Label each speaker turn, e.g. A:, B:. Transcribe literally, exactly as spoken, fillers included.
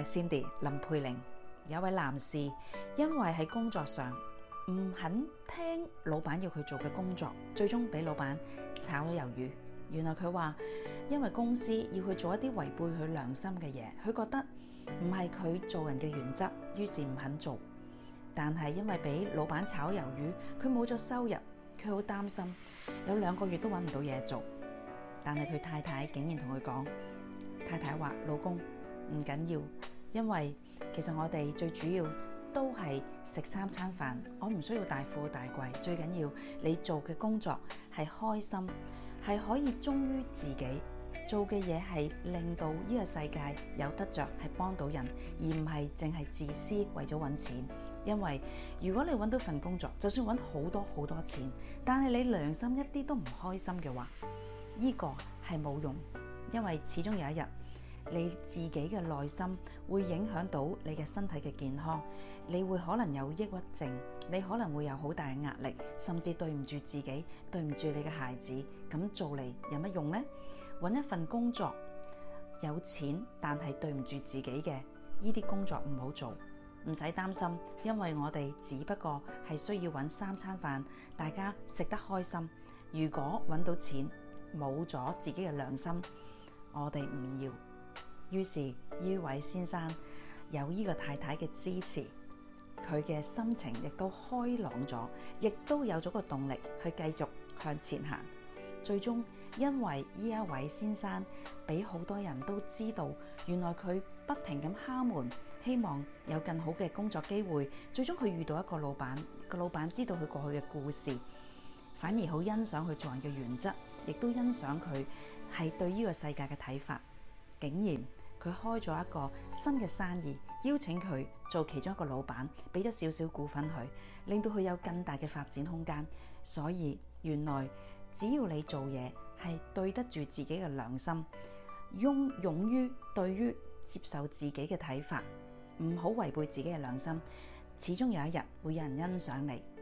A: Cindy 林佩玲，有位男士因為喺工作上唔肯聽老闆要佢做嘅工作，最終俾老闆炒咗魷魚。原來佢話因為公司要佢做一啲違背佢良心嘅嘢，佢覺得唔係佢做人嘅原則，於是唔肯做。但係因為俾老闆炒魷魚，佢冇咗收入，佢好擔心，有兩個月都揾唔到嘢做。但係佢太太竟然同佢講，太太話：老公，唔緊要，因為其實我哋最主要都係食三餐飯，我唔需要大富大貴，最緊要你做嘅工作係開心，係可以忠於自己做嘅嘢，係令到呢個世界有得着，係幫到人，而唔係淨係自私為咗揾錢。因為如果你揾到份工作，就算揾好多好多錢，但係你良心一啲都唔開心嘅話，呢個係冇用。因為始終有一日你自己嘅內心會影響到你嘅身體嘅健康，你會可能有抑鬱症，你可能會有好大嘅壓力，甚至對唔住自己，對唔住你嘅孩子。咁做嚟有乜用呢？揾一份工作有錢，但係對唔住自己嘅呢啲工作唔好做，唔使擔心，因為我哋只不過係需要揾三餐飯，大家食得開心。如果揾到錢，冇咗自己嘅良心，我哋唔要。於是呢位先生有呢個太太嘅支持，佢嘅心情亦都開朗咗，亦都有咗個動力去繼續向前行。最終因為呢一位先生俾好多人都知道，原來佢不停咁敲門，希望有更好嘅工作機會。最終佢遇到一個老闆，個老闆知道佢過去嘅故事，反而好欣賞佢做人嘅原則，亦都欣賞佢係對呢個世界嘅睇法。竟然佢開咗一個新嘅生意，邀請佢做其中一個老闆，俾咗少少股份佢，令到佢有更大嘅發展空間。所以原來只要你做嘢係對得住自己嘅良心，勇勇於對於接受自己嘅睇法，唔好違背自己嘅良心，始終有一日會有人欣賞你。